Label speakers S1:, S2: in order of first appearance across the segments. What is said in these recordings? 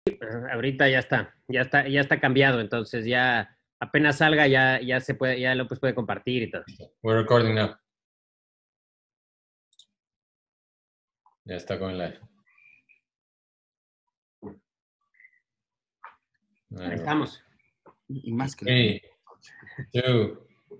S1: Ahorita ya está cambiado, entonces ya apenas salga ya se puede, ya López puede compartir y todo.
S2: We're recording now. Ya está con el live.
S1: Ahí estamos.
S3: Y más que
S2: 3, 2.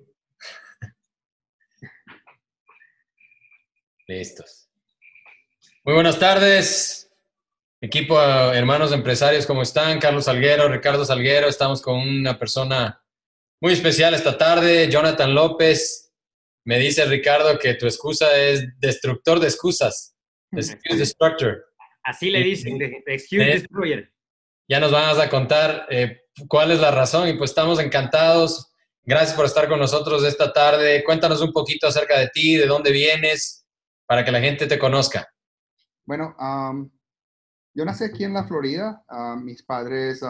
S2: Listos. Muy buenas tardes, equipo, hermanos empresarios, ¿cómo están? Carlos Salguero, Ricardo Salguero, estamos con una persona muy especial esta tarde, Jonathan López. Me dice Ricardo que tu excusa es destructor de excusas, excuse destructor.
S1: Así le dicen, de Excuse Destroyer.
S2: Ya nos vas a contar cuál es la razón y pues estamos encantados. Gracias por estar con nosotros esta tarde. Cuéntanos un poquito acerca de ti, de dónde vienes, para que la gente te conozca.
S3: Bueno, yo nací aquí en la Florida. Mis padres,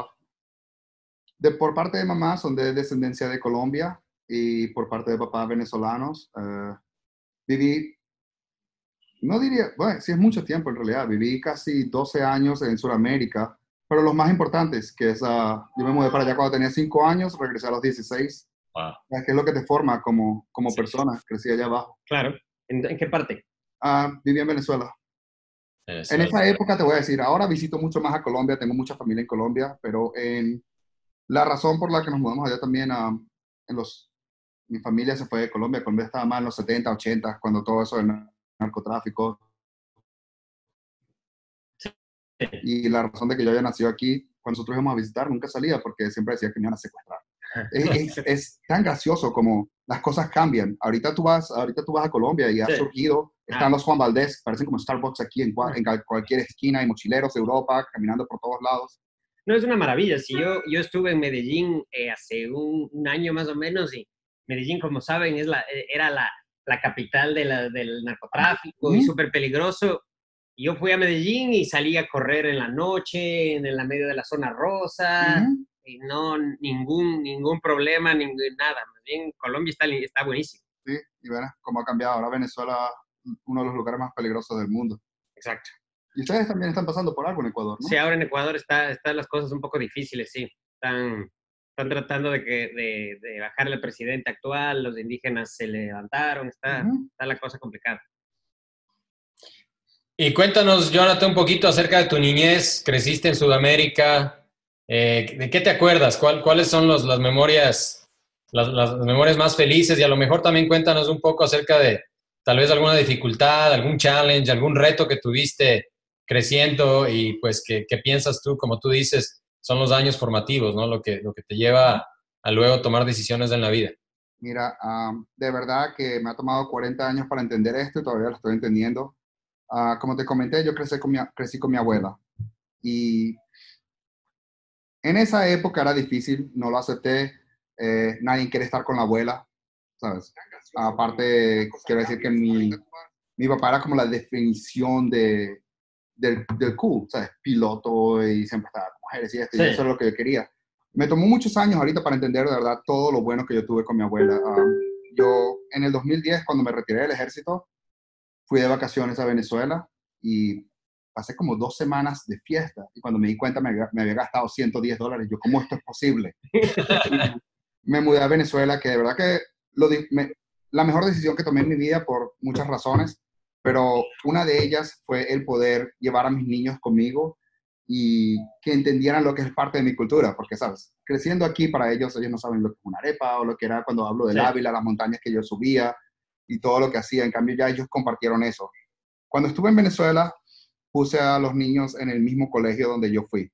S3: por parte de mamá, son de descendencia de Colombia y por parte de papá, venezolanos. Viví, no diría, bueno, sí es mucho tiempo en realidad. Viví casi 12 años en Sudamérica, pero los más importantes, que es, yo me mudé para allá cuando tenía 5 años, regresé a los 16.
S2: Wow.
S3: Que es lo que te forma como persona. Crecí allá abajo.
S1: Claro. ¿En qué parte?
S3: Viví en Venezuela. En esa época te voy a decir, ahora visito mucho más a Colombia, tengo mucha familia en Colombia, pero la razón por la que nos mudamos allá también, mi familia se fue de Colombia. Colombia estaba más en los 70, 80, cuando todo eso del narcotráfico. Y la razón de que yo haya nacido aquí, cuando nosotros íbamos a visitar, nunca salía porque siempre decía que me iban a secuestrar. Es tan gracioso como las cosas cambian. Ahorita tú vas a Colombia y ha surgido, están los Juan Valdez, parecen como Starbucks aquí en cualquier esquina, hay mochileros de Europa caminando por todos lados.
S1: No, es una maravilla. Si yo estuve en Medellín hace un año más o menos, y Medellín, como saben, era la capital del narcotráfico y súper peligroso. Yo fui a Medellín y salí a correr en la noche, en la medio de la zona rosa, y no, ningún problema, nada. Más bien, Colombia está buenísimo.
S3: Sí, y verás cómo ha cambiado. Ahora Venezuela, uno de los lugares más peligrosos del mundo.
S1: Exacto.
S3: Y ustedes también están pasando por algo en Ecuador, ¿no?
S1: Sí, ahora en Ecuador están las cosas un poco difíciles, sí. Están tratando de bajarle al presidente actual, los indígenas se levantaron, está la cosa complicada.
S2: Y cuéntanos, Jonathan, un poquito acerca de tu niñez. Creciste en Sudamérica. ¿De qué te acuerdas? ¿Cuáles son las memorias, las memorias más felices? Y a lo mejor también cuéntanos un poco acerca de tal vez alguna dificultad, algún challenge, algún reto que tuviste creciendo y pues que piensas tú, como tú dices, son los años formativos, ¿no? Lo que te lleva a luego tomar decisiones en la vida.
S3: Mira, de verdad que me ha tomado 40 años para entender esto y todavía lo estoy entendiendo. Como te comenté, yo crecí con mi abuela y en esa época era difícil, no lo acepté. Nadie quiere estar con la abuela, ¿sabes? Aparte, quiero decir que mi papá era como la definición del cool, ¿sabes? Piloto y siempre estaba con mujeres y esto, y eso es lo que yo quería. Me tomó muchos años ahorita para entender de verdad todo lo bueno que yo tuve con mi abuela. Yo en el 2010, cuando me retiré del ejército, fui de vacaciones a Venezuela y pasé como 2 semanas de fiesta. Y cuando me di cuenta me había gastado $110. Yo, ¿cómo esto es posible? Me mudé a Venezuela, que de verdad que la mejor decisión que tomé en mi vida por muchas razones, pero una de ellas fue el poder llevar a mis niños conmigo y que entendieran lo que es parte de mi cultura, porque, ¿sabes? Creciendo aquí, para ellos no saben lo que es una arepa o lo que era cuando hablo del Ávila, las montañas que yo subía y todo lo que hacía. En cambio, ya ellos compartieron eso. Cuando estuve en Venezuela, puse a los niños en el mismo colegio donde yo fui.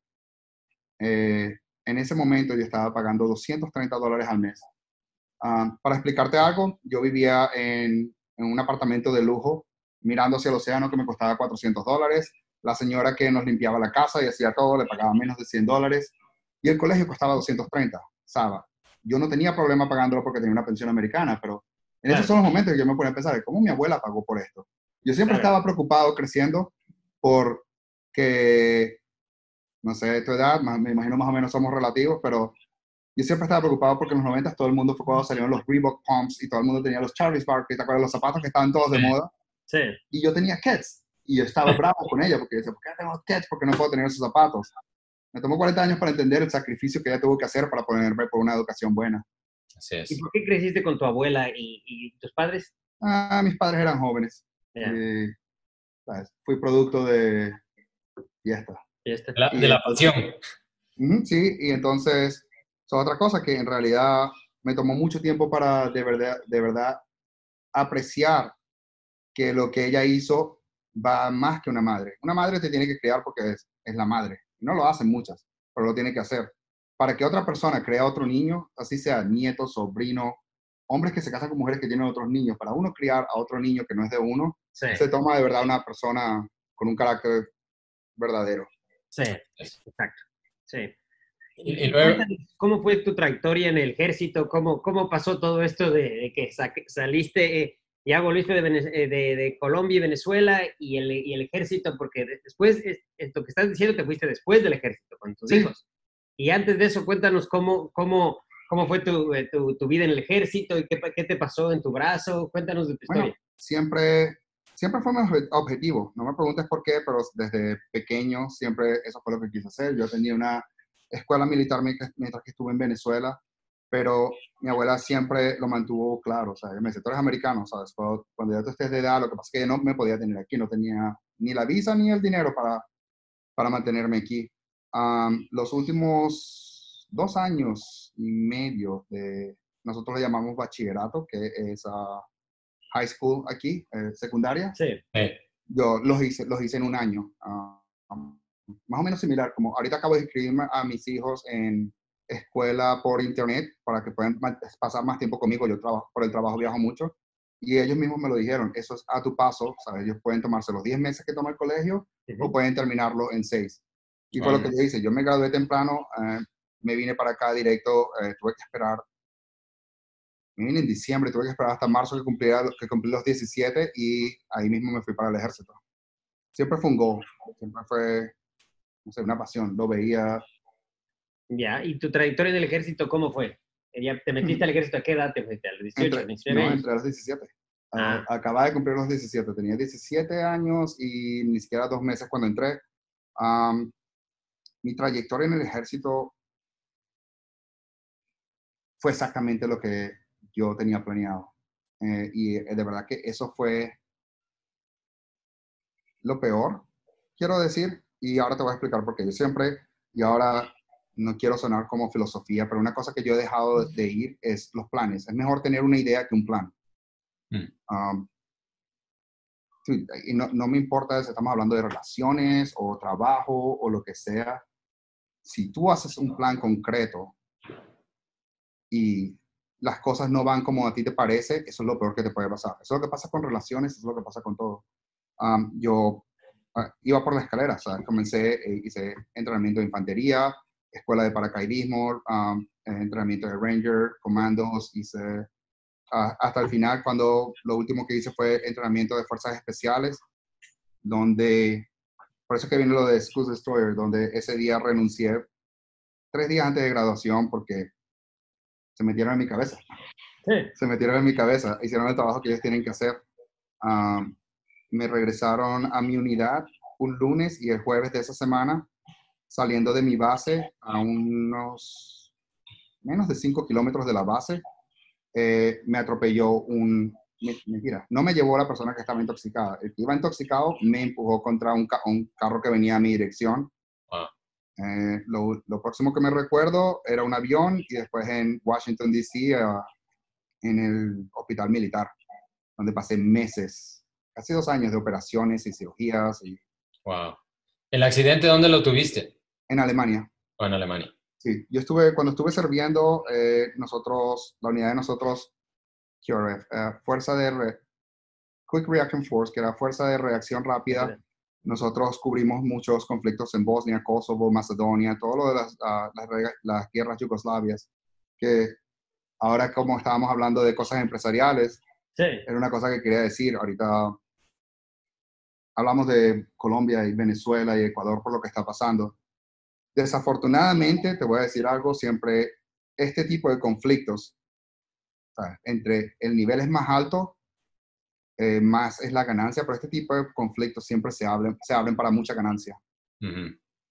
S3: En ese momento yo estaba pagando $230 al mes. Para explicarte algo, yo vivía en un apartamento de lujo, mirando hacia el océano, que me costaba $400. La señora que nos limpiaba la casa y hacía todo le pagaba menos de $100. Y el colegio costaba 230, ¿sabes? Yo no tenía problema pagándolo porque tenía una pensión americana, pero en esos son los momentos que yo me ponía a pensar, ¿cómo mi abuela pagó por esto? Yo siempre estaba preocupado creciendo por que, no sé, tu edad, me imagino más o menos somos relativos, pero yo siempre estaba preocupado porque en los 90 todo el mundo fue cuando salieron los Reebok Pumps y todo el mundo tenía los Charlie's Barkley, ¿te acuerdas? Los zapatos que estaban todos de moda.
S1: Sí.
S3: Y yo tenía Keds y yo estaba bravo con ella porque yo decía, ¿por qué tengo Keds? Porque no puedo tener esos zapatos. Me tomó 40 años para entender el sacrificio que ella tuvo que hacer para ponerme por una educación buena.
S2: Así
S1: ¿Y
S2: es.
S1: por qué creciste con tu abuela y tus padres?
S3: Mis padres eran jóvenes.
S1: Ya,
S3: ¿Sabes? Fui producto de fiesta.
S1: ya está.
S3: Y
S2: De la
S3: entonces,
S2: pasión.
S3: sí, y entonces, es otra cosa que en realidad me tomó mucho tiempo para de verdad apreciar que lo que ella hizo va más que una madre. Una madre te tiene que criar porque es la madre. No lo hacen muchas, pero lo tiene que hacer. Para que otra persona crea otro niño, así sea nieto, sobrino, hombres que se casan con mujeres que tienen otros niños, para uno criar a otro niño que no es de uno,
S1: Sí,
S3: se toma de verdad una persona con un carácter verdadero.
S1: sí, exacto. Sí.
S2: Y
S1: Y
S2: luego,
S1: cuéntanos, ¿cómo fue tu trayectoria en el ejército? ¿Cómo pasó todo esto de que saliste, ya volviste de Colombia y Venezuela y el ejército? Porque después, esto que estás diciendo, te fuiste después del ejército con tus
S3: Sí,
S1: hijos. Y antes de eso, cuéntanos cómo fue tu vida en el ejército y qué te pasó en tu brazo. Cuéntanos de tu
S3: bueno,
S1: historia.
S3: siempre fue mi objetivo. No me preguntes por qué, pero desde pequeño siempre eso fue lo que quise hacer. Yo tenía una escuela militar mientras que estuve en Venezuela, pero mi abuela siempre lo mantuvo claro. O sea, ella me dice, tú eres americano, ¿sabes? Cuando ya tú estés de edad, lo que pasa es que ella no me podía tener aquí, no tenía ni la visa ni el dinero para mantenerme aquí. Los últimos 2 años y medio nosotros le llamamos bachillerato, que es high school aquí, secundaria,
S1: Sí,
S3: yo los hice en un año. Más o menos similar, como ahorita acabo de inscribirme a mis hijos en escuela por internet para que puedan pasar más tiempo conmigo. Yo trabajo, por el trabajo viajo mucho y ellos mismos me lo dijeron, eso es a tu paso, ¿sabes? Ellos pueden tomarse los 10 meses que toma el colegio o
S1: ujú,
S3: pueden terminarlo en 6. Y fue lo
S2: wow,
S3: que yo hice. Yo me gradué temprano, me vine para acá directo, tuve que esperar, me vine en diciembre, tuve que esperar hasta marzo que cumplí los 17 y ahí mismo me fui para el ejército. Siempre fue un goal, siempre fue, no sé, una pasión. Lo veía,
S1: ya. ¿Y tu trayectoria en el ejército cómo fue? ¿Ya te metiste al ejército a qué edad te fuiste? ¿A los 18,
S3: no,
S1: 19 años?
S3: entre los 17.
S1: Ah,
S3: Acababa de cumplir los 17, tenía 17 años y ni siquiera 2 meses cuando entré. Am, Mi trayectoria en el ejército fue exactamente lo que yo tenía planeado. De verdad que eso fue lo peor, quiero decir, y ahora te voy a explicar por qué. Y ahora no quiero sonar como filosofía, pero una cosa que yo he dejado de ir es los planes. Es mejor tener una idea que un plan.
S2: mm,
S3: Um, sí, y no me importa si estamos hablando de relaciones o trabajo o lo que sea. Si tú haces un plan concreto y las cosas no van como a ti te parece, eso es lo peor que te puede pasar. Eso es lo que pasa con relaciones, eso es lo que pasa con todo. Yo iba por la escalera, ¿sabes? Hice entrenamiento de infantería, escuela de paracaidismo, entrenamiento de ranger, comandos, hasta el final cuando lo último que hice fue entrenamiento de fuerzas especiales, donde, por eso es que viene lo de School Destroyer, donde ese día renuncié 3 días antes de graduación porque se metieron en mi cabeza,
S1: sí.
S3: se metieron en mi cabeza, hicieron el trabajo que ellos tienen que hacer. Um, Me regresaron a mi unidad un lunes y el jueves de esa semana, saliendo de mi base a unos menos de 5 kilómetros de la base, me atropelló mentira, no me llevó la persona que estaba intoxicada. El que iba intoxicado me empujó contra un carro que venía a mi dirección.
S2: wow.
S3: Lo próximo que me recuerdo era un avión y después en Washington, D.C., en el hospital militar, donde pasé meses, casi 2 años de operaciones y cirugías
S2: Wow. ¿El accidente dónde lo tuviste?
S3: en Alemania.
S2: O en Alemania.
S3: Sí, cuando estuve sirviendo, la unidad de nosotros, QRF, Quick Reaction Force, que era Fuerza de Reacción Rápida, nosotros cubrimos muchos conflictos en Bosnia, Kosovo, Macedonia, todo lo de las guerras yugoslavias, que ahora como estábamos hablando de cosas empresariales,
S1: Sí,
S3: era una cosa que quería decir. Ahorita hablamos de Colombia y Venezuela y Ecuador por lo que está pasando. Desafortunadamente, te voy a decir algo, siempre este tipo de conflictos, ¿sabes? Entre el nivel es más alto, más es la ganancia, pero este tipo de conflictos siempre se abren para mucha ganancia.
S2: Ujú.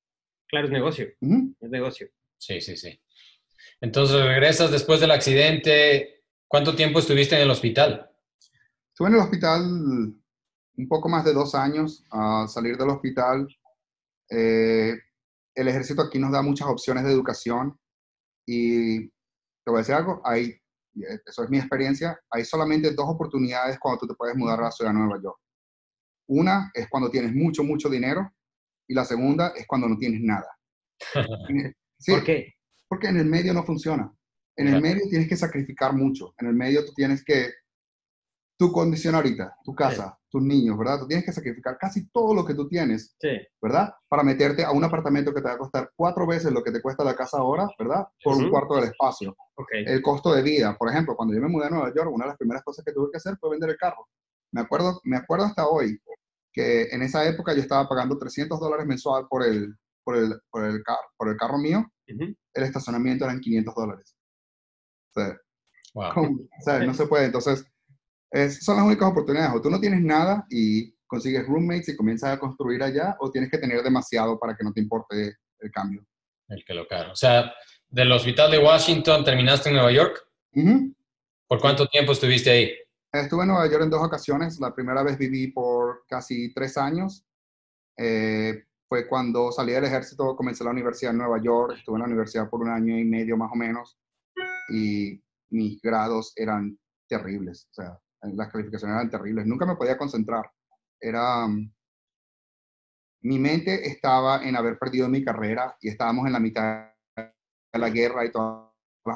S1: Claro, es negocio.
S3: Ujú.
S1: Es negocio.
S2: Sí, sí, sí. Entonces regresas después del accidente. ¿Cuánto tiempo estuviste en el hospital?
S3: Estuve en el hospital un poco más de 2 años. Al salir del hospital, eh, el ejército aquí nos da muchas opciones de educación y te voy a decir algo, eso es mi experiencia, hay solamente 2 oportunidades cuando tú te puedes mudar a la ciudad de Nueva York. Una es cuando tienes mucho, mucho dinero y la segunda es cuando no tienes nada.
S1: ¿Por
S3: Sí,
S1: qué?
S3: porque en el medio no funciona. En el
S2: Claro,
S3: medio tienes que sacrificar mucho. En el medio tú tienes que, tu condición ahorita, tu
S1: Sí,
S3: casa, tus niños, ¿verdad? Tú tienes que sacrificar casi todo lo que tú tienes,
S1: sí,
S3: ¿verdad? Para meterte a un apartamento que te va a costar 4 veces lo que te cuesta la casa ahora, ¿verdad? Por un
S1: ujú,
S3: cuarto del espacio.
S1: ok,
S3: El costo de vida, por ejemplo, cuando yo me mudé a Nueva York, una de las primeras cosas que tuve que hacer fue vender el carro. Me acuerdo hasta hoy que en esa época yo estaba pagando $300 mensual por el carro mío.
S1: ujú,
S3: El estacionamiento eran $500. O sea,
S2: wow.
S3: o sea, no se puede. Entonces, son las únicas oportunidades. O tú no tienes nada y consigues roommates y comienzas a construir allá, o tienes que tener demasiado para que no te importe el cambio.
S2: El que lo caro. O sea, del hospital de Washington terminaste en Nueva York.
S3: Ujú.
S2: ¿Por
S3: Sí.
S2: cuánto tiempo estuviste ahí?
S3: Estuve en Nueva York en 2 ocasiones. La primera vez viví por casi 3 años. Fue cuando salí del ejército, comencé la universidad en Nueva York. Estuve en la universidad por 1 año y medio más o menos. Y mis grados eran terribles. O sea, las calificaciones eran terribles. Nunca me podía concentrar. Era, mi mente estaba en haber perdido mi carrera y estábamos en la mitad de la guerra y todas las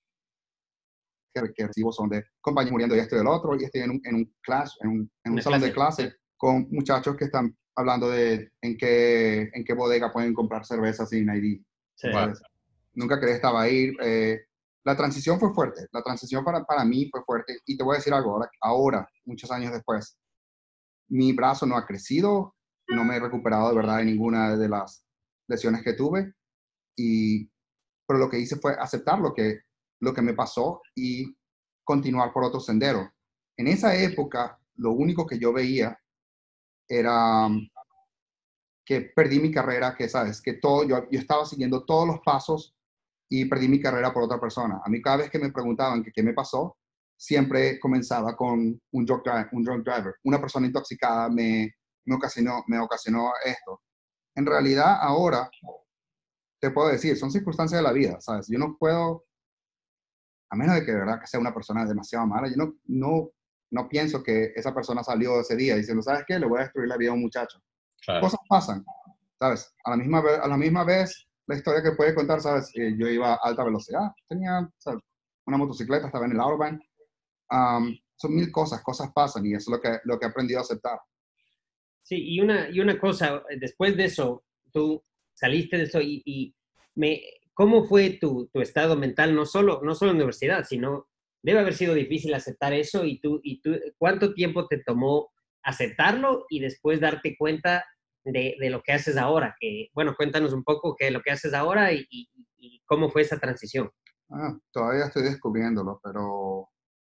S3: que recibo son de compañeros muriendo y esto y del otro, y estoy en un class, en un
S1: una
S3: salón de
S1: clase, sí,
S3: clase con muchachos que están hablando de en qué bodega pueden comprar cerveza sin ID.
S1: sí,
S2: Wow.
S3: ¿Sabes? Nunca quería estar ahí. La transición fue fuerte, la transición para mí fue fuerte, y te voy a decir algo, ahora, muchos años después, mi brazo no ha crecido, no me he recuperado de verdad de ninguna de las lesiones que tuve, y, pero lo que hice fue aceptar lo que me pasó y continuar por otro sendero. En esa época, lo único que yo veía era que perdí mi carrera, que sabes, que todo, yo estaba siguiendo todos los pasos y perdí mi carrera por otra persona. A mí cada vez que me preguntaban que qué me pasó, siempre comenzaba con un drunk driver. Una persona intoxicada me ocasionó esto. En realidad, ahora te puedo decir, son circunstancias de la vida, ¿sabes? Yo no puedo, a menos de que de verdad que sea una persona demasiado mala, yo no pienso que esa persona salió ese día diciendo, ¿sabes qué? Le voy a destruir la vida a un muchacho.
S2: Claro.
S3: Cosas pasan, ¿sabes? A la misma vez, la historia que puede contar, ¿sabes? Yo iba a alta velocidad, tenía, ¿sabes? Una motocicleta, estaba en el Autobahn. Son mil cosas pasan, y eso es lo que he aprendido a aceptar.
S1: sí, y una cosa, después de eso, tú saliste de eso ¿cómo fue tu estado mental? No solo en la universidad, sino debe haber sido difícil aceptar eso ¿cuánto tiempo te tomó aceptarlo y después darte cuenta de lo que haces ahora? Bueno, cuéntanos un poco qué es lo que haces ahora y cómo fue esa transición.
S3: Todavía estoy descubriéndolo, pero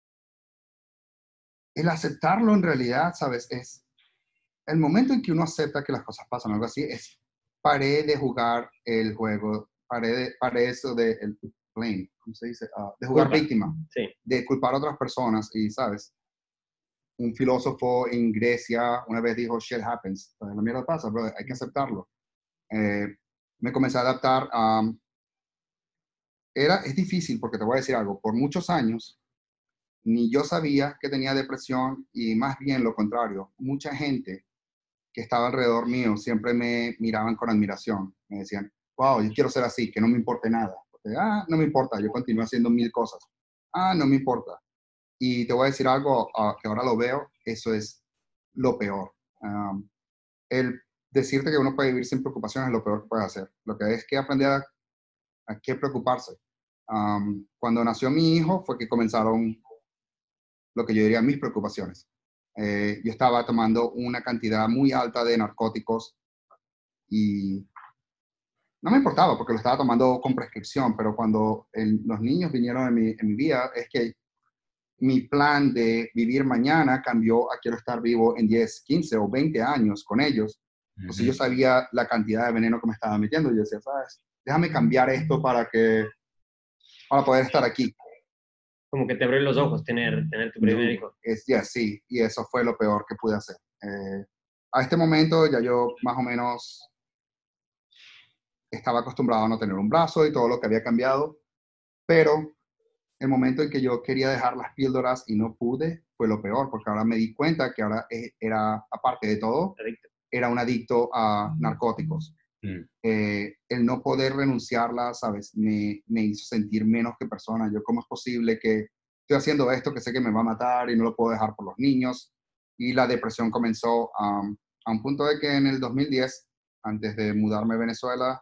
S3: el aceptarlo en realidad, ¿sabes? Es el momento en que uno acepta que las cosas pasan, algo así, paré de jugar el juego, paré eso de el blame, ¿cómo se dice? De jugar
S1: Culpa,
S3: víctima,
S1: sí,
S3: de culpar a otras personas. Y, ¿sabes? Un filósofo en Grecia una vez dijo, shit happens. Entonces, la mierda pasa, brother, hay que aceptarlo. Eh, Me comencé a adaptar. Es difícil porque te voy a decir algo, por muchos años ni yo sabía que tenía depresión, y más bien lo contrario, mucha gente que estaba alrededor mío siempre me miraban con admiración, me decían, wow, yo quiero ser así, que no me importe nada. Porque, no me importa, yo continúo haciendo mil cosas. No me importa. Y te voy a decir algo, que ahora lo veo, eso es lo peor. El decirte que uno puede vivir sin preocupaciones es lo peor que puedes hacer. Lo que es que aprender a qué preocuparse. Cuando nació mi hijo fue que comenzaron lo que yo diría mis preocupaciones. Yo estaba tomando una cantidad muy alta de narcóticos y no me importaba porque lo estaba tomando con prescripción, pero cuando los niños vinieron en mi vida, es que mi plan de vivir mañana cambió a quiero estar vivo en 10, 15 o 20 años con ellos. Entonces yo sabía la cantidad de veneno que me estaba metiendo y yo decía, ¿sabes? Déjame cambiar esto para poder estar aquí.
S1: Como que te abrió los ojos tener tu primer hijo.
S3: Sí, y eso fue lo peor que pude hacer. A este momento ya yo más o menos estaba acostumbrado a no tener un brazo y todo lo que había cambiado, pero el momento en que yo quería dejar las píldoras y no pude fue lo peor, porque ahora me di cuenta que ahora era, aparte de todo,
S1: Adicto.
S3: era un adicto a narcóticos. El no poder renunciarla, ¿sabes? Me hizo sentir menos que persona. Yo, ¿cómo es posible que estoy haciendo esto que sé que me va a matar y no lo puedo dejar por los niños? Y la depresión comenzó a un punto de que en el 2010, antes de mudarme a Venezuela,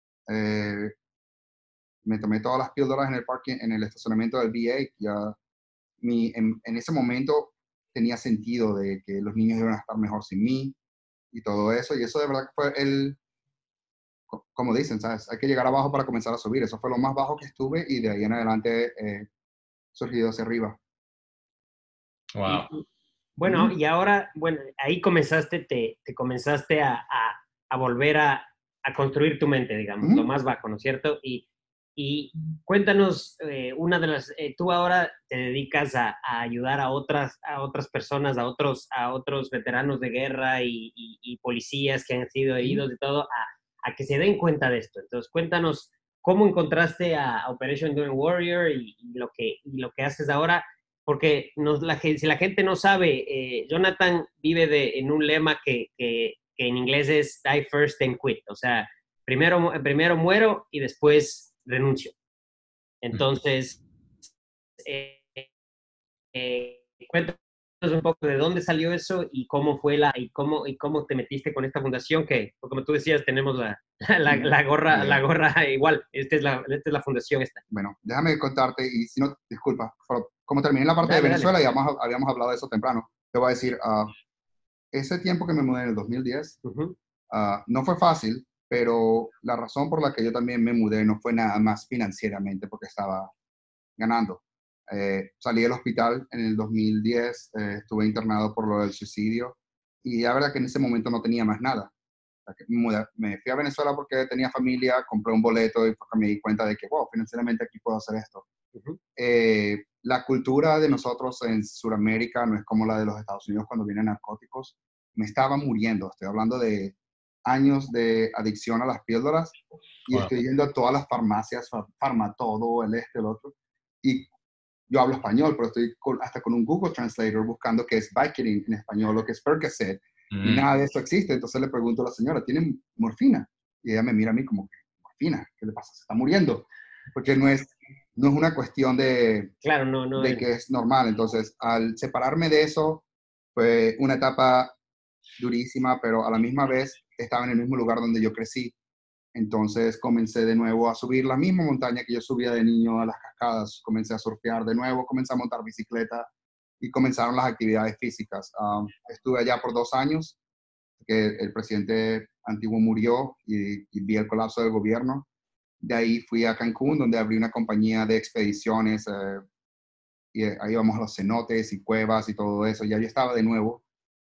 S3: me tomé todas las píldoras en el parking, en el estacionamiento del VA. Ya en ese momento tenía sentido de que los niños iban a estar mejor sin mí y todo eso. Y eso de verdad que fue como dicen, ¿sabes? Hay que llegar abajo para comenzar a subir. Eso fue lo más bajo que estuve y de ahí en adelante surgido hacia arriba.
S2: Wow.
S1: Bueno, y ahora, bueno, ahí comenzaste, te comenzaste a volver a construir tu mente, digamos, lo más bajo, ¿no es cierto? Y cuéntanos, una de las, tú ahora te dedicas a ayudar a otras personas, a otros veteranos de guerra y policías que han sido heridos y todo, a que se den cuenta de esto. Entonces, cuéntanos cómo encontraste a Operation Enduring Warrior y lo que haces ahora, porque si la gente no sabe, Jonathan vive en un lema que en inglés es die first then quit, o sea, primero muero y después renuncio. Entonces, cuéntanos un poco de dónde salió eso y cómo fue y cómo te metiste con esta fundación que, como tú decías, tenemos la gorra igual. Esta es la fundación esta.
S3: Bueno, déjame contarte, y si no, disculpa, pero como terminé en la parte
S1: Dale,
S3: de Venezuela,
S1: dale.
S3: y habíamos hablado de eso temprano, te voy a decir, ese tiempo que me mudé en el 2010, no fue fácil, pero la razón por la que yo también me mudé no fue nada más financieramente, porque estaba ganando. Salí del hospital en el 2010, estuve internado por lo del suicidio, y la verdad que en ese momento no tenía más nada. O sea, que me fui a Venezuela porque tenía familia, compré un boleto y porque me di cuenta de que, wow, financieramente aquí puedo hacer esto. La cultura de nosotros en Sudamérica no es como la de los Estados Unidos cuando vienen narcóticos. Me estaba muriendo. Estoy hablando de años de adicción a las píldoras y estoy yendo a todas las farmacias, Farmatodo, el otro. Y yo hablo español, pero estoy hasta con un Google Translator buscando qué es Vicodin en español o qué es Percocet. Y nada de eso existe. Entonces le pregunto a la señora, ¿tiene morfina? Y ella me mira a mí como, ¿morfina? ¿Qué le pasa? Se está muriendo. Porque no es una cuestión de,
S1: claro, no
S3: de que es normal. Entonces, al separarme de eso, fue una etapa durísima, pero a la misma vez estaba en el mismo lugar donde yo crecí. Entonces comencé de nuevo a subir la misma montaña que yo subía de niño a las cascadas. Comencé a surfear de nuevo, comencé a montar bicicleta y comenzaron las actividades físicas. Estuve allá por 2 años, que el presidente antiguo murió y vi el colapso del gobierno. De ahí fui a Cancún, donde abrí una compañía de expediciones y ahí íbamos a los cenotes y cuevas y todo eso. Ya yo estaba de nuevo.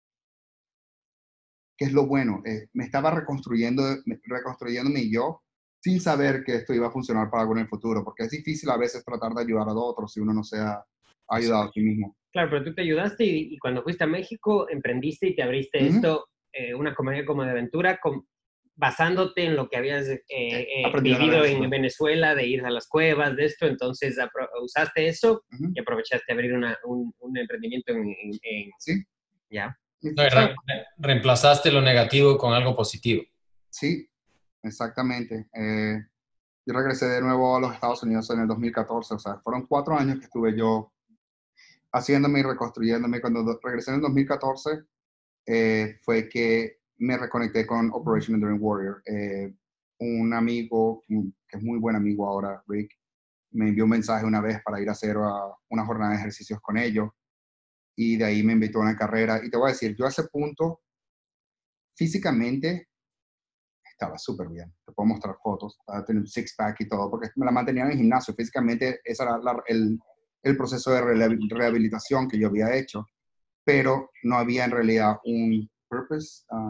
S3: ¿Qué es lo bueno? Me estaba reconstruyéndome yo sin saber que esto iba a funcionar para algo en el futuro, porque es difícil a veces tratar de ayudar a otros si uno no se ha ayudado a sí mismo.
S1: Claro, pero tú te ayudaste y cuando fuiste a México emprendiste y te abriste esto, una compañía como de aventura, basándote en lo que habías vivido en Venezuela, de ir a las cuevas, de esto, entonces usaste eso y aprovechaste a abrir un emprendimiento
S3: Sí.
S1: ¿Ya?
S2: No, reemplazaste lo negativo con algo positivo.
S3: Sí, exactamente. Yo regresé de nuevo a los Estados Unidos en el 2014, o sea, fueron 4 años que estuve yo haciéndome y reconstruyéndome. Cuando regresé en el 2014, fue que me reconecté con Operation Enduring Warrior. Un amigo, que es muy buen amigo ahora, Rick, me envió un mensaje una vez para ir a hacer una jornada de ejercicios con ellos, y de ahí me invitó a una carrera. Y te voy a decir, yo a ese punto, físicamente, estaba súper bien. Te puedo mostrar fotos, estaba teniendo un six-pack y todo, porque me la mantenía en el gimnasio. Físicamente, ese era el proceso de rehabilitación que yo había hecho, pero no había en realidad un purpose,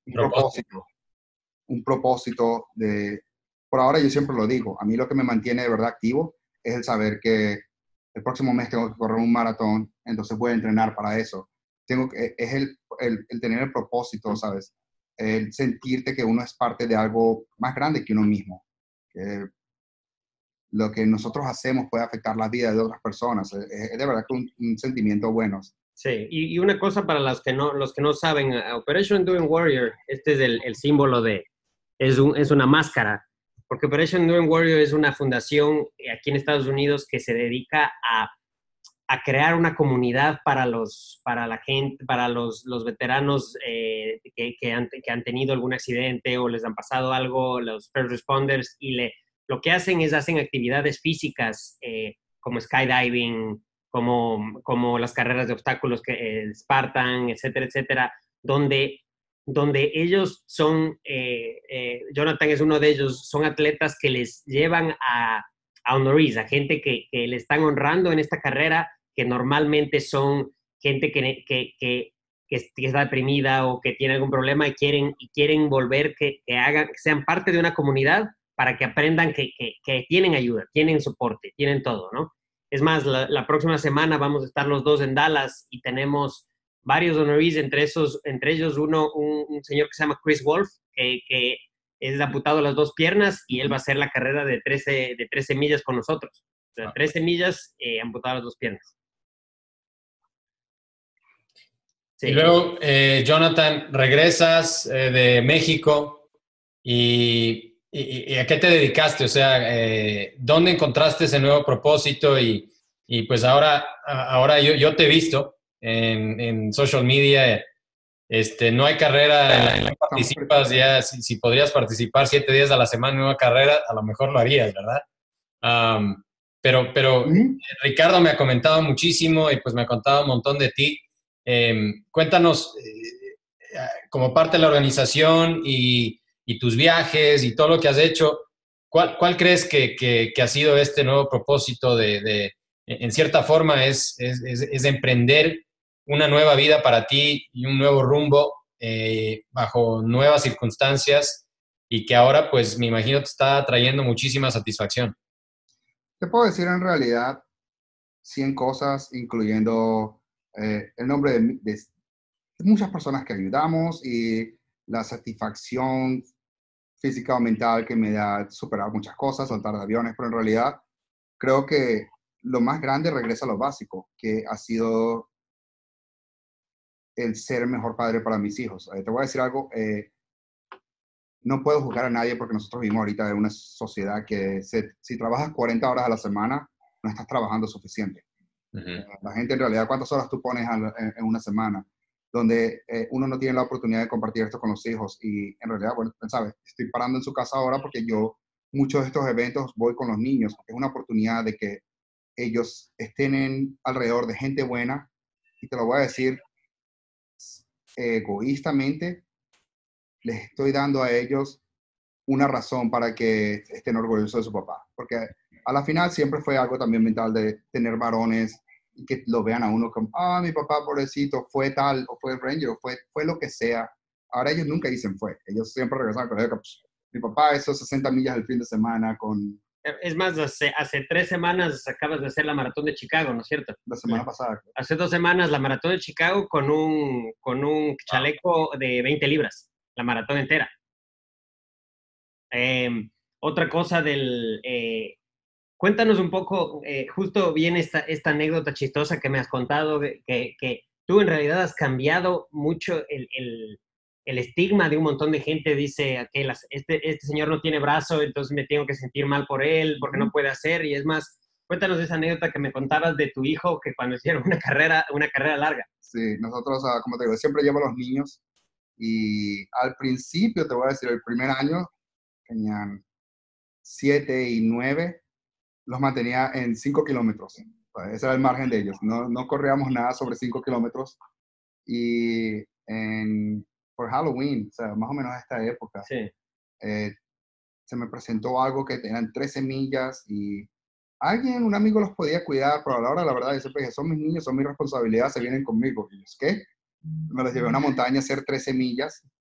S3: un
S2: Propósito.
S3: propósito, un propósito de, por ahora yo siempre lo digo, a mí lo que me mantiene de verdad activo es el saber que el próximo mes tengo que correr un maratón, entonces voy a entrenar para eso. Es el tener el propósito, ¿sabes? El sentirte que uno es parte de algo más grande que uno mismo. Que lo que nosotros hacemos puede afectar la vida de otras personas. Es de verdad que un sentimiento bueno.
S1: Sí, y una cosa para los que no saben, Operation Enduring Warrior, este es el símbolo de, es una máscara, porque Operation Enduring Warrior es una fundación aquí en Estados Unidos que se dedica a crear una comunidad para la gente, para los veteranos que han tenido algún accidente o les han pasado algo, los first responders, lo que hacen es hacen actividades físicas como skydiving, como las carreras de obstáculos que Spartan, etcétera, etcétera, donde ellos son, Jonathan es uno de ellos, son atletas que les llevan a honorees, a gente que le están honrando en esta carrera, que normalmente son gente que está deprimida o que tiene algún problema y quieren volver, que sean parte de una comunidad para que aprendan que tienen ayuda, tienen soporte, tienen todo, ¿no? Es más, la próxima semana vamos a estar los dos en Dallas y tenemos varios honorees, entre ellos un señor que se llama Chris Wolf, que es amputado las dos piernas y él va a hacer la carrera de 13 millas con nosotros. O sea, 13 millas amputado las dos piernas.
S2: Sí. Y luego, Jonathan, regresas de México y ¿a qué te dedicaste? O sea, ¿dónde encontraste ese nuevo propósito? Y pues ahora yo te he visto en social media. No hay carrera en la que participas ya. Si podrías participar 7 días a la semana en una carrera, a lo mejor lo harías, ¿verdad? Pero Ricardo me ha comentado muchísimo y pues me ha contado un montón de ti. Cuéntanos, como parte de la organización y tus viajes y todo lo que has hecho, ¿cuál crees que ha sido este nuevo propósito en cierta forma, es emprender una nueva vida para ti y un nuevo rumbo bajo nuevas circunstancias y que ahora, pues, me imagino te está trayendo muchísima satisfacción?
S3: Te puedo decir en realidad 100 cosas, incluyendo el nombre de muchas personas que ayudamos y la satisfacción física o mental que me da superar muchas cosas, saltar de aviones, pero en realidad creo que lo más grande regresa a lo básico, que ha sido el ser el mejor padre para mis hijos. Te voy a decir algo, no puedo juzgar a nadie porque nosotros vivimos ahorita en una sociedad que si trabajas 40 horas a la semana, no estás trabajando suficiente. La gente en realidad, ¿cuántas horas tú pones en una semana? Donde uno no tiene la oportunidad de compartir esto con los hijos y en realidad, bueno, ¿sabes? Estoy parando en su casa ahora porque muchos de estos eventos voy con los niños, porque es una oportunidad de que ellos estén alrededor de gente buena y te lo voy a decir egoístamente, les estoy dando a ellos una razón para que estén orgullosos de su papá, porque a la final siempre fue algo también mental de tener varones y que lo vean a uno como, mi papá pobrecito fue tal, o fue Ranger, o fue lo que sea. Ahora ellos nunca dicen fue, ellos siempre regresan al colegio, pues, mi papá hizo 60 millas el fin de semana con...
S1: Es más, hace 3 semanas acabas de hacer la maratón de Chicago, ¿no es cierto?
S3: La semana pasada.
S1: Hace 2 semanas la maratón de Chicago con un chaleco de 20 libras, la maratón entera. Otra cosa cuéntanos un poco, justo viene esta anécdota chistosa que me has contado, que tú en realidad has cambiado mucho el estigma de un montón de gente. Dice que este señor no tiene brazo, entonces me tengo que sentir mal por él porque no puede hacer. Y es más, cuéntanos esa anécdota que me contabas de tu hijo que cuando hicieron una carrera larga.
S3: Sí, nosotros, como te digo, siempre llevo a los niños y al principio, te voy a decir, el primer año tenían 7 y 9, los mantenía en 5 kilómetros. Ese era el margen de ellos. No corríamos nada sobre 5 kilómetros. Y por Halloween, o sea, más o menos a esta época,
S1: Sí.
S3: Se me presentó algo que eran 13 millas y un amigo los podía cuidar, pero a la hora de la verdad yo siempre dije, son mis niños, son mi responsabilidad, se vienen conmigo. Y yo, ¿qué? Me los llevé a una montaña a hacer 13 millas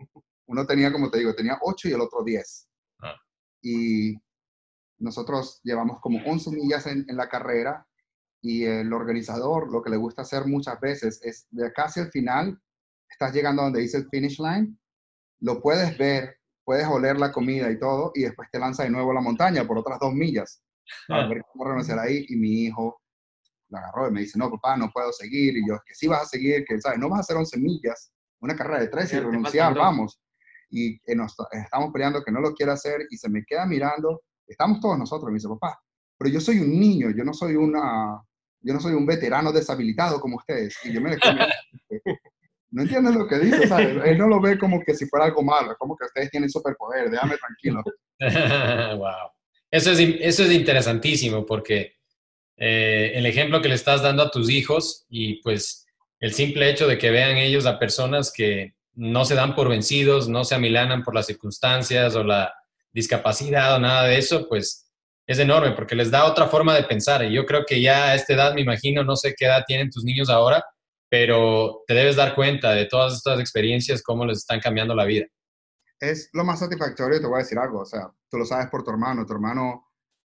S3: Uno tenía, como te digo, tenía 8 y el otro 10.
S2: Ah.
S3: Y nosotros llevamos como 11 millas en la carrera y el organizador lo que le gusta hacer muchas veces es de casi al final, estás llegando a donde dice el finish line, lo puedes ver, puedes oler la comida y todo, y después te lanza de nuevo a la montaña por otras 2 millas para ver cómo renunciar ahí. Y mi hijo la agarró y me dice, no, papá, no puedo seguir. Y yo, que sí vas a seguir, que sabes, no vas a hacer 11 millas, una carrera de 3 y renunciar, vamos. Y nos estamos peleando que no lo quiere hacer y se me queda mirando, estamos todos nosotros, me dice, papá, pero yo soy un niño, yo no soy un veterano deshabilitado como ustedes. Y yo me le quedo mirando, no entiendes lo que dice, ¿sabes? Él no lo ve como que si fuera algo malo, como que ustedes tienen superpoder, déjame tranquilo.
S2: Wow. Eso es interesantísimo porque el ejemplo que le estás dando a tus hijos y pues el simple hecho de que vean ellos a personas que no se dan por vencidos, no se amilanan por las circunstancias o la discapacidad o nada de eso, pues es enorme porque les da otra forma de pensar. Y yo creo que ya a esta edad, me imagino, no sé qué edad tienen tus niños ahora, pero te debes dar cuenta de todas estas experiencias, cómo les están cambiando la vida.
S3: Es lo más satisfactorio, te voy a decir algo, o sea, tú lo sabes por tu hermano,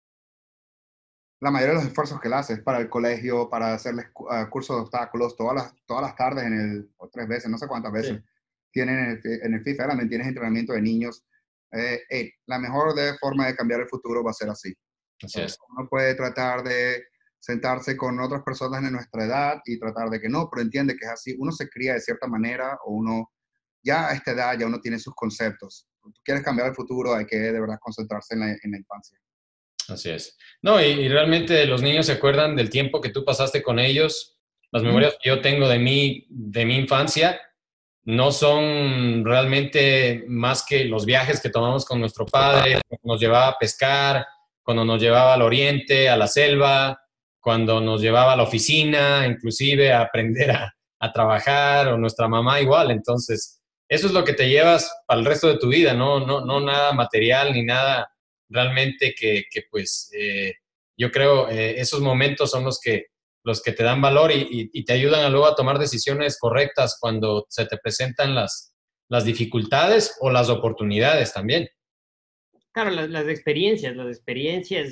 S3: la mayoría de los esfuerzos que él hace es para el colegio, para hacerles cursos de obstáculos, todas las tardes o 3 veces, no sé cuántas veces,
S1: Sí.
S3: tienen en el FIFA, también tienes entrenamiento de niños. La mejor forma de cambiar el futuro va a ser así.
S2: Así es.
S3: Uno puede tratar de sentarse con otras personas de nuestra edad y tratar de que no, pero entiende que es así. Uno se cría de cierta manera o uno ya a esta edad ya uno tiene sus conceptos. Si tú quieres cambiar el futuro, hay que de verdad concentrarse en la infancia.
S2: Así es. No, y realmente los niños se acuerdan del tiempo que tú pasaste con ellos. Las memorias que yo tengo de mi infancia no son realmente más que los viajes que tomamos con nuestro padre, cuando nos llevaba a pescar, cuando nos llevaba al oriente, a la selva, cuando nos llevaba a la oficina, inclusive a aprender a trabajar, o nuestra mamá igual. Entonces, eso es lo que te llevas para el resto de tu vida, no nada material ni nada realmente que pues yo creo esos momentos son los que te dan valor y te ayudan luego a tomar decisiones correctas cuando se te presentan las dificultades o las oportunidades también.
S1: Claro, las experiencias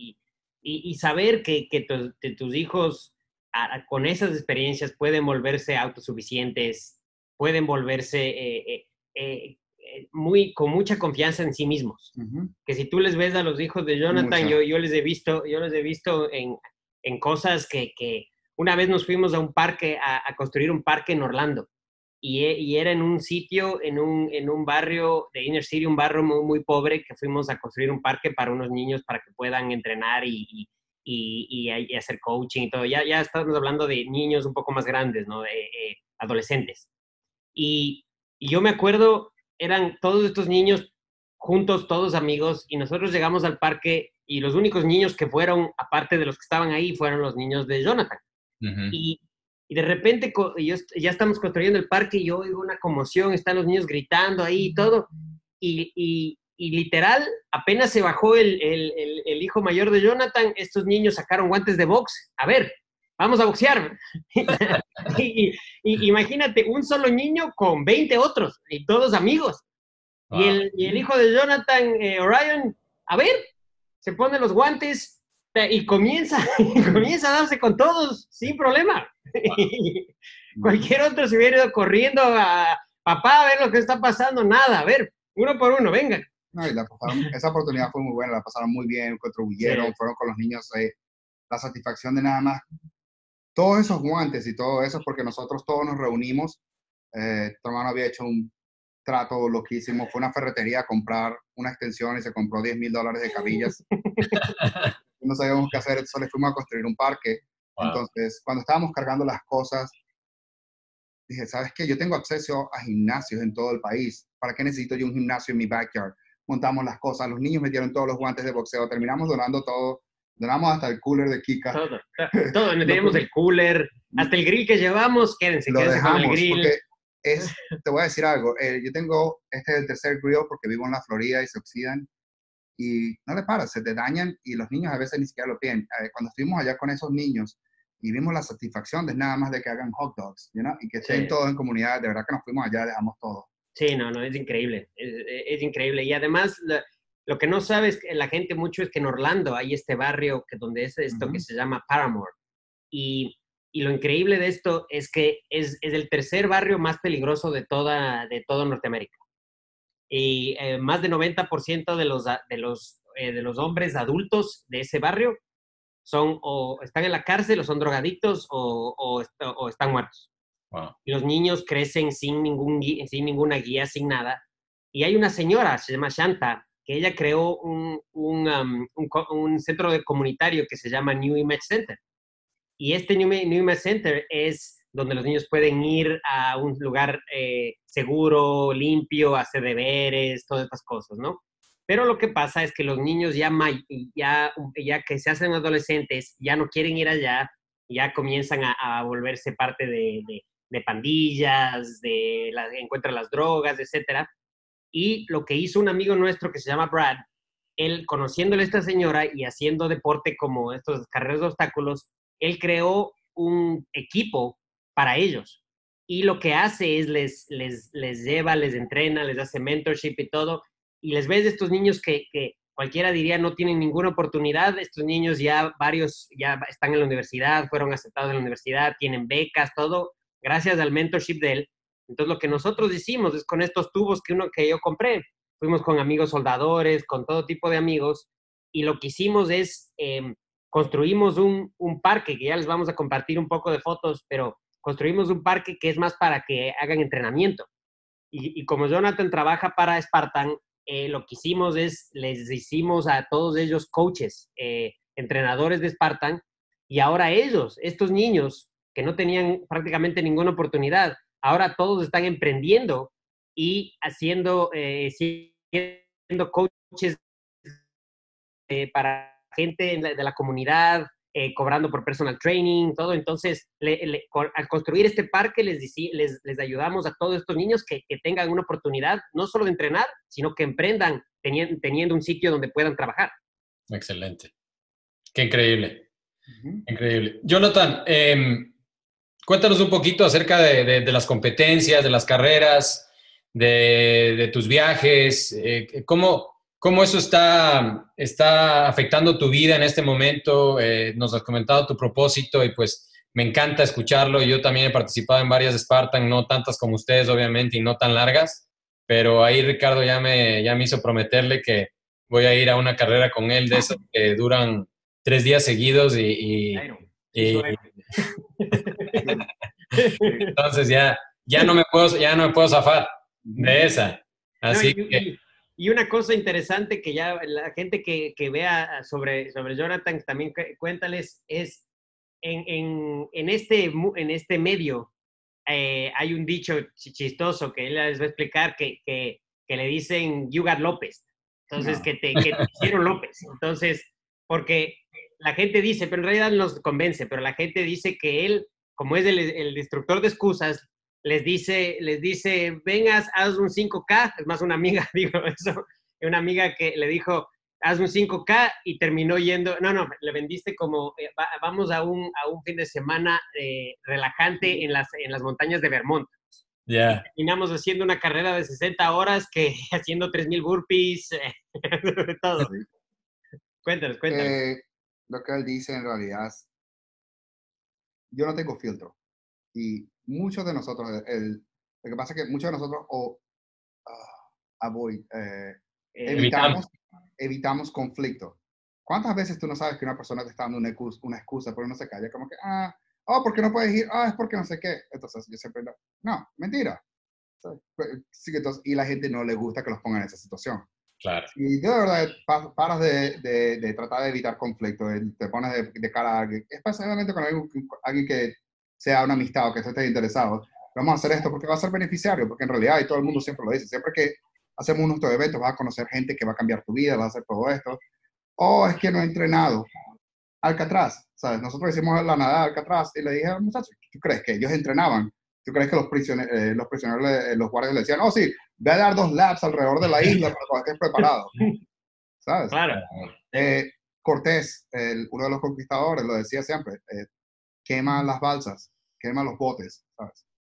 S1: y saber que tus hijos con esas experiencias pueden volverse autosuficientes, pueden volverse con mucha confianza en sí mismos. Que si tú les ves a los hijos de Jonathan, yo les he visto en cosas que una vez nos fuimos a un parque, a construir un parque en Orlando. Y era en un sitio, en un barrio de Inner City, un barrio muy, muy pobre, que fuimos a construir un parque para unos niños para que puedan entrenar y hacer coaching y todo. Ya estamos hablando de niños un poco más grandes, ¿no? Adolescentes. Y yo me acuerdo, eran todos estos niños juntos, todos amigos, y nosotros llegamos al parque y los únicos niños que fueron, aparte de los que estaban ahí, fueron los niños de Jonathan.
S2: Uh-huh.
S1: Y de repente ya estamos construyendo el parque y yo oigo una conmoción, están los niños gritando ahí y todo. Y literal, apenas se bajó el hijo mayor de Jonathan, estos niños sacaron guantes de box. A ver, vamos a boxear. Imagínate, un solo niño con 20 otros, y todos amigos. Wow. Y el hijo de Jonathan, Orion, a ver, se pone los guantes y comienza a darse con todos, sin problema. Cualquier otro se hubiera ido corriendo a papá a ver lo que está pasando, nada, a ver, uno por uno, venga.
S3: No, y esa oportunidad fue muy buena, la pasaron muy bien, contribuyeron, sí. Fueron con los niños, la satisfacción de nada más, todos esos guantes y todo eso, porque nosotros todos nos reunimos, tu hermano había hecho un trato loquísimo, fue a una ferretería a comprar una extensión y se compró $10,000 de cabillas. No sabíamos qué hacer, entonces le fuimos a construir un parque. Wow. Entonces, cuando estábamos cargando las cosas, dije, ¿sabes qué? Yo tengo acceso a gimnasios en todo el país. ¿Para qué necesito yo un gimnasio en mi backyard? Montamos las cosas, los niños metieron todos los guantes de boxeo, terminamos donando todo, donamos hasta el cooler de Kika.
S1: Todo, tenemos el cooler, hasta el grill que llevamos, quédense con el grill.
S3: Porque te voy a decir algo, yo tengo, este es el tercer grill porque vivo en la Florida y se oxidan. Y no le paras, se te dañan y los niños a veces ni siquiera lo piden. Cuando estuvimos allá con esos niños y vimos la satisfacción de nada más de que hagan hot dogs, you know? Y que estén todos en comunidad, de verdad que nos fuimos allá, dejamos todo.
S1: Sí, no, no, es increíble, es increíble. Y además, lo que no sabes la gente mucho es que en Orlando hay este barrio donde es esto que
S3: Ujú.
S1: se llama Paramore. Y lo increíble de esto es que es el tercer barrio más peligroso de toda Norteamérica. Y más del 90% de los hombres adultos de ese barrio son o están en la cárcel o son drogadictos o están muertos.
S2: Wow.
S1: Y los niños crecen sin ninguna guía, sin nada. Y hay una señora, se llama Shanta, que ella creó un centro comunitario que se llama New Image Center. Y este New Image Center es donde los niños pueden ir a un lugar seguro, limpio, hacer deberes, todas estas cosas, ¿no? Pero lo que pasa es que los niños ya que se hacen adolescentes ya no quieren ir allá, ya comienzan a volverse parte de pandillas, encuentran las drogas, etcétera. Y lo que hizo un amigo nuestro que se llama Brad, él conociéndole a esta señora y haciendo deporte como estos carreras de obstáculos, él creó un equipo para ellos. Y lo que hace es les lleva, les entrena, les hace mentorship y todo. Y les ves de estos niños que cualquiera diría no tienen ninguna oportunidad. Estos niños ya varios ya están en la universidad, fueron aceptados en la universidad, tienen becas, todo, gracias al mentorship de él. Entonces lo que nosotros hicimos es con estos tubos que yo compré, fuimos con amigos soldadores, con todo tipo de amigos, y lo que hicimos es construimos un parque, que ya les vamos a compartir un poco de fotos, pero construimos un parque que es más para que hagan entrenamiento. Y como Jonathan trabaja para Spartan, lo que hicimos es, les hicimos a todos ellos coaches, entrenadores de Spartan, y ahora ellos, estos niños que no tenían prácticamente ninguna oportunidad, ahora todos están emprendiendo y siendo coaches para gente de la comunidad, cobrando por personal training, todo. Entonces, al construir este parque, les ayudamos a todos estos niños que tengan una oportunidad, no solo de entrenar, sino que emprendan teniendo un sitio donde puedan trabajar.
S2: Excelente. Qué increíble.
S3: Ujú.
S2: Increíble. Jonathan, cuéntanos un poquito acerca de las competencias, de las carreras, de tus viajes. ¿Cómo eso está afectando tu vida en este momento? Nos has comentado tu propósito y pues me encanta escucharlo. Yo también he participado en varias Spartan, no tantas como ustedes, obviamente, y no tan largas, pero ahí Ricardo ya me hizo prometerle que voy a ir a una carrera con él de esas que duran 3 días seguidos
S1: Claro, sí,
S2: y
S1: suena.
S2: entonces ya no me puedo zafar
S3: Ujú.
S2: de esa.
S1: No,
S2: Así que,
S1: y una cosa interesante que ya la gente que vea sobre Jonathan, también cuéntales, es en este medio hay un dicho chistoso que él les va a explicar que le dicen You got López. Entonces,
S3: No.
S1: que te hicieron López. Entonces, porque la gente dice, pero en realidad nos convence, pero la gente dice que él, como es el destructor de excusas, les dice, vengas, haz un 5K. Es más, una amiga dijo eso, una amiga que le dijo, haz un 5K y terminó yendo, no, le vendiste como, vamos a un fin de semana relajante en las montañas de Vermont. Y
S2: ya.
S1: terminamos haciendo una carrera de 60 horas que haciendo 3,000 burpees, todo.
S3: Sí.
S1: Cuéntanos.
S3: Eh, lo que él dice en realidad es, yo no tengo filtro. Y muchos de nosotros, lo que pasa es que muchos de nosotros avoid,
S2: Evitamos.
S3: evitamos, evitamos conflicto. ¿Cuántas veces tú no sabes que una persona te está dando una excusa, pero no se calla? Como que, oh, ¿por qué no puedes ir? Es porque no sé qué. Entonces, yo siempre, no, mentira. Sí, entonces, y la gente no le gusta que los pongan en esa situación.
S2: Claro.
S3: Y de verdad paras de tratar de evitar conflicto, te pones de cara a alguien, especialmente con alguien que sea una amistad o que esté interesado. Vamos a hacer esto porque va a ser beneficiario, porque en realidad, y todo el mundo siempre lo dice, siempre que hacemos unos eventos vas a conocer gente que va a cambiar tu vida, vas a hacer todo esto. O es que no he entrenado. Alcatraz, ¿sabes? Nosotros hicimos la nadada de Alcatraz y le dije a muchachos, ¿tú crees que ellos entrenaban? ¿Tú crees que los prisioneros, los guardias le decían, oh sí, ve a dar 2 laps alrededor de la isla para cuando estés preparado? ¿Sabes?
S1: Claro.
S3: Cortés, uno de los conquistadores, lo decía siempre, quema las balsas, quema los botes, ¿sabes?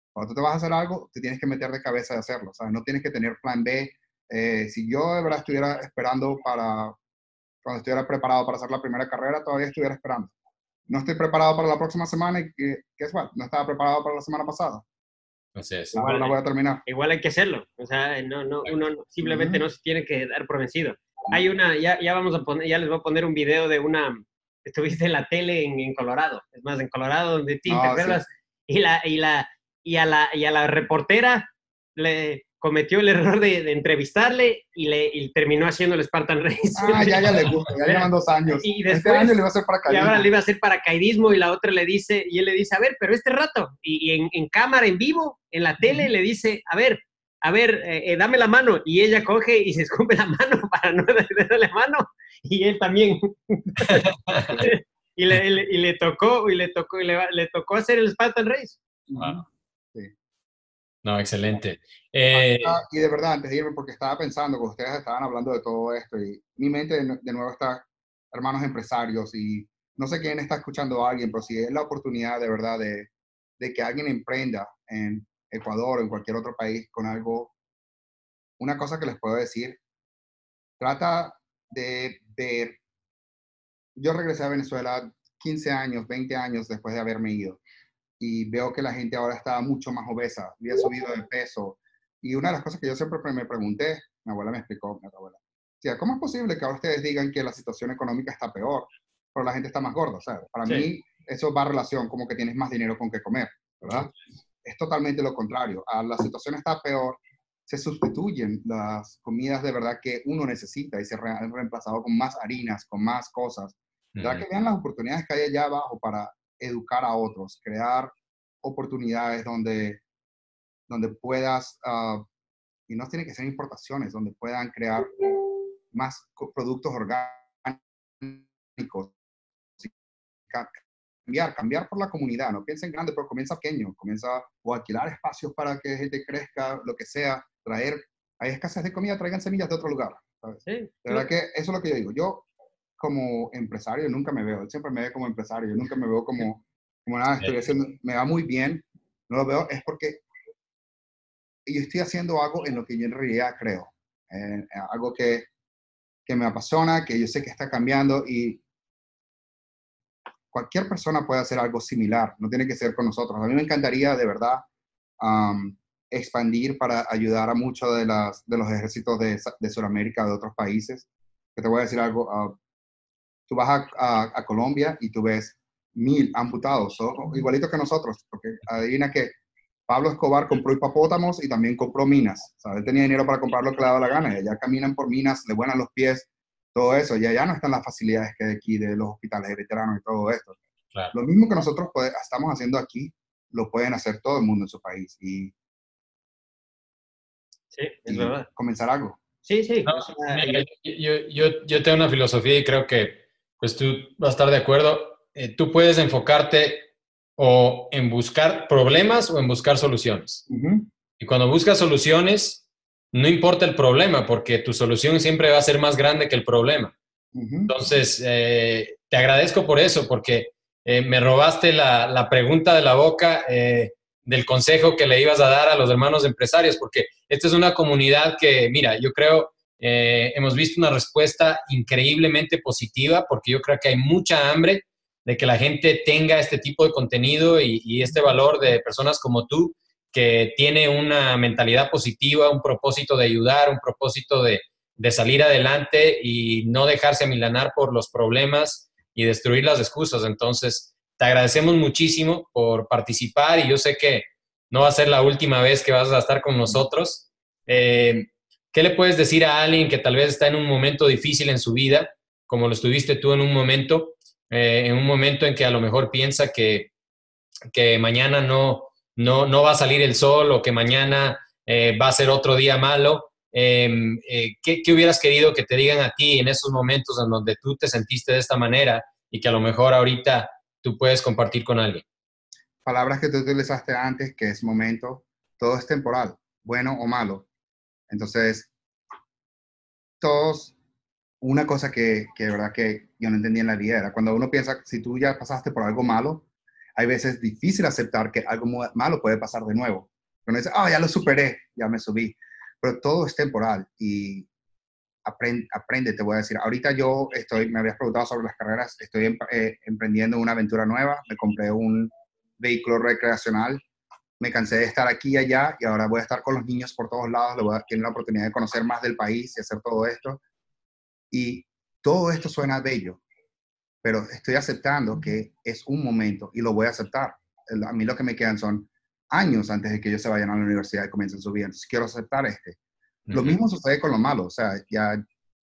S3: Cuando tú te vas a hacer algo, te tienes que meter de cabeza de hacerlo, ¿sabes? No tienes que tener plan B. Si yo de verdad estuviera esperando cuando estuviera preparado para hacer la primera carrera, todavía estuviera esperando. No estoy preparado para la próxima semana y guess what? No estaba preparado para la semana pasada.
S2: Así es.
S3: Ahora la voy a terminar.
S1: Igual hay que hacerlo. O sea, uno simplemente no se tiene que dar por vencido. Hay ya vamos a poner, ya les voy a poner un video de estuviste en la tele en Colorado. Es más, en Colorado, donde ¿te acuerdas? Sí. Y a la reportera le cometió el error de entrevistarle y terminó haciendo el Spartan Race.
S3: Ya le gusta, ya llevan 2 años.
S1: Y después,
S3: este año le iba a hacer paracaidismo.
S1: Y ahora le iba a hacer paracaidismo y la otra le dice, y él le dice, a ver, pero este rato, y en cámara, en vivo, en la tele, le dice, a ver, dame la mano, y ella coge y se escupe la mano para no darle la mano, y él también. le tocó hacer el Spartan Race.
S2: Wow. Sí. No, excelente.
S3: Y de verdad, antes de irme, porque estaba pensando que ustedes estaban hablando de todo esto, y mi mente de nuevo está, hermanos empresarios, y no sé quién está escuchando a alguien, pero si es la oportunidad de verdad de que alguien emprenda en Ecuador o en cualquier otro país con algo, una cosa que les puedo decir, trata de ver. Yo regresé a Venezuela 15 años, 20 años después de haberme ido, y veo que la gente ahora está mucho más obesa, había subido de peso. Y una de las cosas que yo siempre me pregunté, mi abuela me explicó, mi abuela, decía, ¿cómo es posible que ahora ustedes digan que la situación económica está peor, pero la gente está más gorda? O sea, para mí eso va a relación como que tienes más dinero con que comer, ¿verdad? Es totalmente lo contrario. La situación está peor, se sustituyen las comidas de verdad que uno necesita y se han reemplazado con más harinas, con más cosas. Ya que vean las oportunidades que hay allá abajo para educar a otros, crear oportunidades donde puedas, y no tiene que ser importaciones, donde puedan crear más productos orgánicos. Cambiar por la comunidad, no piensen grande, pero comienza pequeño, comienza o alquilar espacios para que gente crezca, lo que sea, hay escasez de comida, traigan semillas de otro lugar, ¿sabes? Sí, de verdad que eso es lo que yo digo. Yo, como empresario, nunca me veo, él siempre me ve como empresario, yo nunca me veo como nada, estoy haciendo, me va muy bien, no lo veo, es porque yo estoy haciendo algo en lo que yo en realidad creo, algo que me apasiona, que yo sé que está cambiando, y cualquier persona puede hacer algo similar, no tiene que ser con nosotros. A mí me encantaría de verdad expandir para ayudar a muchos de los ejércitos de Sudamérica, de otros países. Que te voy a decir algo, tú vas a Colombia y tú ves 1000 amputados, igualitos que nosotros, porque adivina que Pablo Escobar compró hipopótamos y también compró minas. O sea, él tenía dinero para comprar lo que le daba la gana, y allá caminan por minas, le vuelan los pies, todo eso, y allá no están las facilidades que hay aquí de los hospitales de veteranos y todo esto. Claro. Lo mismo que nosotros estamos haciendo aquí, lo pueden hacer todo el mundo en su país, y
S1: sí, es verdad.
S3: Comenzar algo.
S1: Sí, sí.
S2: No, mira, yo tengo una filosofía y creo que pues tú vas a estar de acuerdo. Tú puedes enfocarte o en buscar problemas o en buscar soluciones. Y cuando buscas soluciones, no importa el problema, porque tu solución siempre va a ser más grande que el problema. Entonces, te agradezco por eso, porque me robaste la pregunta de la boca del consejo que le ibas a dar a los hermanos empresarios, porque esta es una comunidad que, mira, yo creo, hemos visto una respuesta increíblemente positiva, porque yo creo que hay mucha hambre de que la gente tenga este tipo de contenido y este valor de personas como tú, que tiene una mentalidad positiva, un propósito de ayudar, un propósito de salir adelante y no dejarse amilanar por los problemas y destruir las excusas. Entonces, te agradecemos muchísimo por participar, y yo sé que no va a ser la última vez que vas a estar con nosotros. ¿Qué le puedes decir a alguien que tal vez está en un momento difícil en su vida, como lo estuviste tú en un momento en que a lo mejor piensa que mañana no va a salir el sol, o que mañana va a ser otro día malo? ¿Qué hubieras querido que te digan a ti en esos momentos en donde tú te sentiste de esta manera y que a lo mejor ahorita tú puedes compartir con alguien?
S3: Palabras que tú utilizaste antes, que es momento, todo es temporal, bueno o malo. Entonces, una cosa que de verdad que yo no entendía en la vida era cuando uno piensa, si tú ya pasaste por algo malo, hay veces difícil aceptar que algo malo puede pasar de nuevo. Uno dice, ya lo superé, ya me subí. Pero todo es temporal y aprende, te voy a decir. Ahorita me habías preguntado sobre las carreras, estoy emprendiendo una aventura nueva, me compré un vehículo recreacional, me cansé de estar aquí y allá y ahora voy a estar con los niños por todos lados, tienen la oportunidad de conocer más del país y hacer todo esto. Y todo esto suena bello, pero estoy aceptando que es un momento y lo voy a aceptar. A mí lo que me quedan son años antes de que ellos se vayan a la universidad y comiencen su vida. Entonces quiero aceptar Lo mismo sucede con lo malo. O sea, ya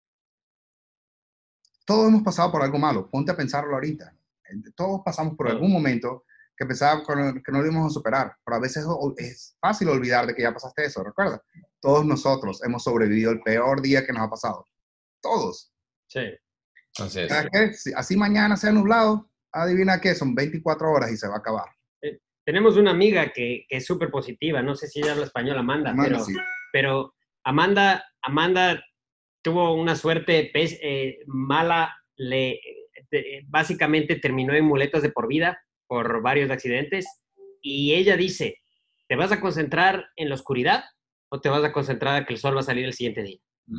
S3: todos hemos pasado por algo malo. Ponte a pensarlo ahorita. Todos pasamos por algún momento que pensábamos que no lo íbamos a superar. Pero a veces es fácil olvidar de que ya pasaste eso. Recuerda, todos nosotros hemos sobrevivido el peor día que nos ha pasado. Todos.
S1: Sí.
S2: Entonces,
S3: Si así mañana sea nublado, adivina qué, son 24 horas y se va a acabar.
S1: Tenemos una amiga que es súper positiva, no sé si ella habla español, Amanda,
S3: Sí.
S1: pero Amanda tuvo una suerte mala, básicamente terminó en muletas de por vida por varios accidentes, y ella dice, ¿te vas a concentrar en la oscuridad o te vas a concentrar en que el sol va a salir el siguiente día?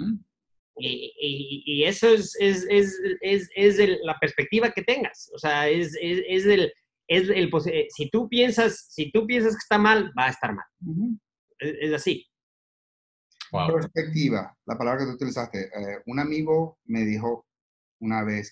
S1: Y eso es la perspectiva que tengas. O sea, si tú piensas que está mal, va a estar mal. Es así.
S2: wow.
S3: Perspectiva, la palabra que tú utilizaste. Un amigo me dijo una vez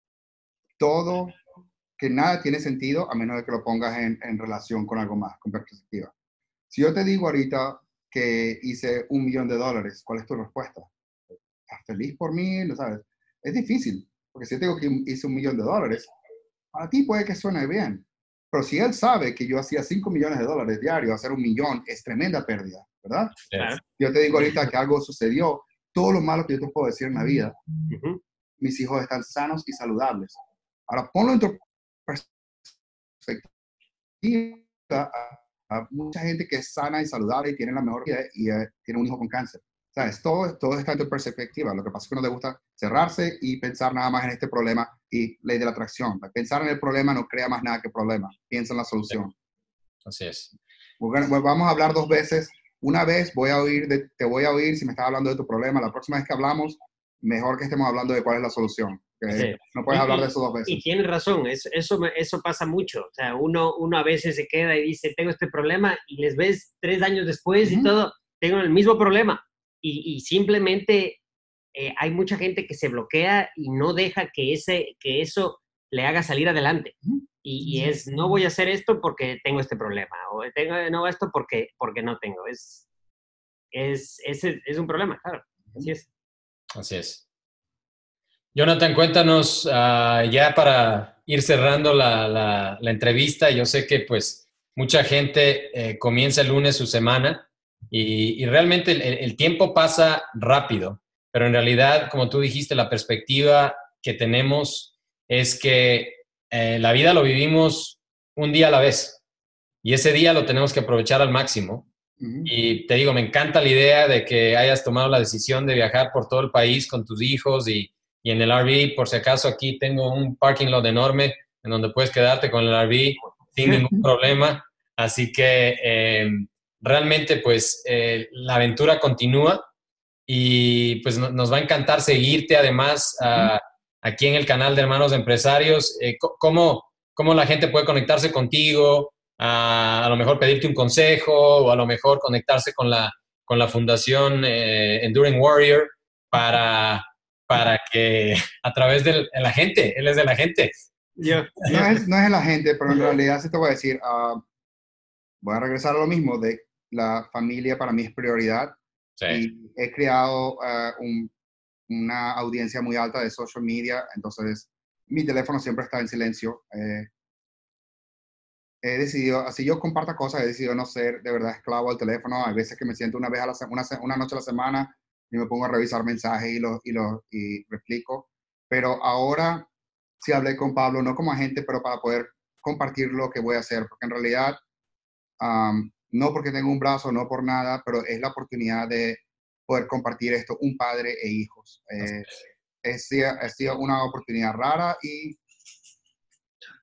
S3: que nada tiene sentido a menos de que lo pongas en relación con algo más, con perspectiva. Si yo te digo ahorita que hice $1 millón, ¿cuál es tu respuesta? ¿Estás feliz por mí? ¿Lo sabes? Es difícil, porque si yo te digo que hice $1 millón, para ti puede que suene bien. Pero si él sabe que yo hacía $5 millones diarios, hacer 1 millón es tremenda pérdida, ¿verdad?
S1: Claro.
S3: Yo te digo ahorita que algo sucedió, todo lo malo que yo te puedo decir en la vida, mis hijos están sanos y saludables. Ahora, ponlo en tu perspectiva a mucha gente que es sana y saludable y tiene la mejor vida y tiene un hijo con cáncer. ¿Sabes? Todo está en tu perspectiva. Lo que pasa es que no te gusta cerrarse y pensar nada más en este problema y ley de la atracción. Pensar en el problema no crea más nada que problema. Piensa en la solución.
S2: Así es.
S3: Bueno, vamos a hablar 2 veces. Una vez te voy a oír si me estás hablando de tu problema. La próxima vez que hablamos, mejor que estemos hablando de cuál es la solución.
S1: Sí.
S3: No puedes hablar de eso 2 veces.
S1: Y tienes razón, eso pasa mucho. O sea, uno a veces se queda y dice, tengo este problema, y les ves 3 años después y todo, tengo el mismo problema. Y simplemente hay mucha gente que se bloquea y no deja que eso le haga salir adelante. Y no voy a hacer esto porque tengo este problema, o no esto porque no tengo. Es un problema, claro. Así es.
S2: Así es. Jonathan, cuéntanos ya para ir cerrando la entrevista. Yo sé que pues mucha gente comienza el lunes su semana y realmente el tiempo pasa rápido, pero en realidad, como tú dijiste, la perspectiva que tenemos es que la vida lo vivimos un día a la vez y ese día lo tenemos que aprovechar al máximo. Y te digo, me encanta la idea de que hayas tomado la decisión de viajar por todo el país con tus hijos y en el RV. Por si acaso, aquí tengo un parking lot enorme en donde puedes quedarte con el RV sin ningún problema. Así que realmente, pues, la aventura continúa y pues nos va a encantar seguirte además aquí en el canal de Hermanos Empresarios. ¿Cómo la gente puede conectarse contigo? A lo mejor pedirte un consejo o a lo mejor conectarse con la fundación Enduring Warrior para que a través de la gente, él es de la gente.
S3: No es de la gente, pero en realidad sí te voy a decir, voy a regresar a lo mismo, de la familia para mí es prioridad. Sí. Y he creado una audiencia muy alta de social media, entonces mi teléfono siempre está en silencio. He decidido, así yo comparta cosas, he decidido no ser de verdad esclavo al teléfono. Hay veces que me siento una noche a la semana y me pongo a revisar mensajes y replico. Pero ahora sí hablé con Pablo, no como agente, pero para poder compartir lo que voy a hacer, porque en realidad, no porque tengo un brazo, no por nada, pero es la oportunidad de poder compartir esto, un padre e hijos. Ha sido una oportunidad rara y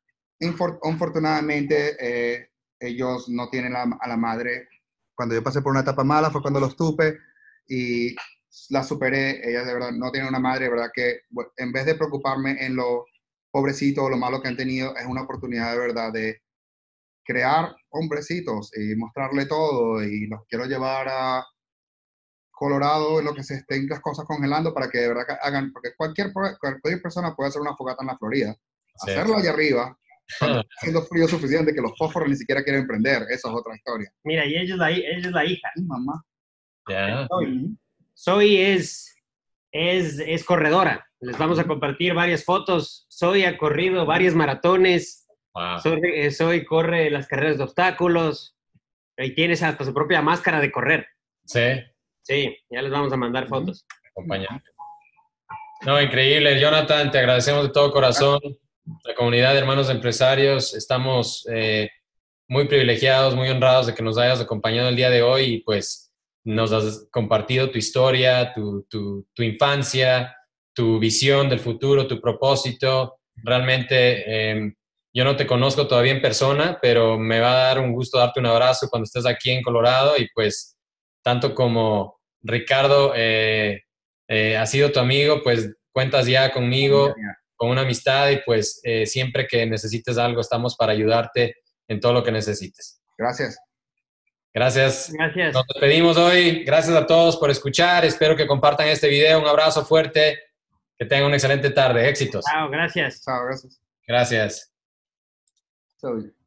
S3: Afortunadamente, ellos no tienen a la madre. Cuando yo pasé por una etapa mala fue cuando los tuve y la superé. Ellas de verdad no tienen una madre, de verdad que en vez de preocuparme en lo pobrecito o lo malo que han tenido, es una oportunidad de verdad de crear hombrecitos y mostrarle todo, y los quiero llevar a Colorado en lo que se estén las cosas congelando para que de verdad hagan, porque cualquier persona puede hacer una fogata en la Florida,
S2: Sí.
S3: hacerlo allá arriba, cuando está haciendo frío suficiente que los fósforos ni siquiera quieren prender. Eso es otra historia.
S1: Mira, y ella es la hija.
S3: Mi mamá.
S2: Ya.
S1: Zoe es corredora. Les vamos a compartir varias fotos. Zoe ha corrido varios maratones.
S2: Wow.
S1: Zoe corre las carreras de obstáculos. Y tienes hasta su propia máscara de correr.
S2: Sí.
S1: Sí, ya les vamos a mandar fotos.
S2: Acompañante. No, increíble. Jonathan, te agradecemos de todo corazón. La comunidad de hermanos empresarios, estamos muy privilegiados, muy honrados de que nos hayas acompañado el día de hoy y pues nos has compartido tu historia, tu infancia, tu visión del futuro, tu propósito. Realmente yo no te conozco todavía en persona, pero me va a dar un gusto darte un abrazo cuando estés aquí en Colorado y pues tanto como Ricardo ha sido tu amigo, pues cuentas ya conmigo, con una amistad y pues siempre que necesites algo estamos para ayudarte en todo lo que necesites.
S3: Gracias.
S2: Gracias.
S1: Gracias.
S2: Nos despedimos hoy. Gracias a todos por escuchar. Espero que compartan este video. Un abrazo fuerte. Que tengan una excelente tarde. Éxitos.
S1: Chao, gracias.
S3: Chao, gracias.
S2: Gracias.
S3: Chao.